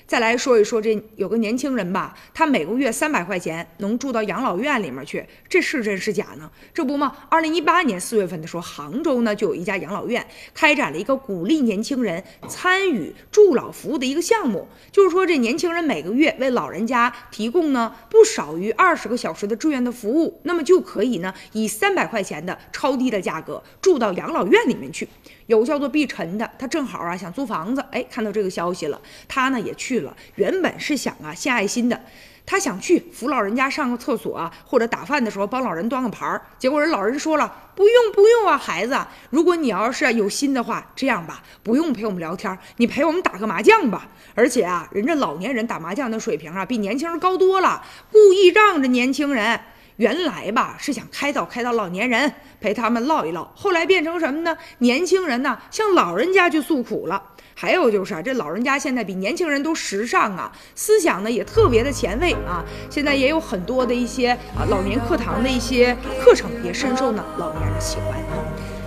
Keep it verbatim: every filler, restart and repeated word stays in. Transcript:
再来说一说这有个年轻人吧，他每个月三百块钱能住到养老院里面去，这是真是假呢？这不嘛，二零一八年四月份的时候，杭州呢就有一家养老院开展了一个鼓励年轻人参与助老服务的一个项目，就是说这年轻人每个月为老人家提供呢不少于二十个小时的志愿的服务，那么就可以呢以三百块钱的超低的价格住到养老院里面去。有叫做碧晨的，他正好啊想租房子，哎，看到这个消息了，他呢也去了。原本是想啊献爱心的，他想去扶老人家上个厕所啊，或者打饭的时候帮老人端个盘儿。结果人老人说了，不用不用啊，孩子，如果你要是有心的话，这样吧，不用陪我们聊天，你陪我们打个麻将吧。而且啊，人家老年人打麻将的水平啊，比年轻人高多了，故意让着年轻人。原来吧是想开导开导老年人，陪他们唠一唠，后来变成什么呢？年轻人呢向老人家去诉苦了。还有就是啊，这老人家现在比年轻人都时尚啊，思想呢也特别的前卫啊。现在也有很多的一些啊老年课堂的一些课程，也深受呢老年人的喜欢。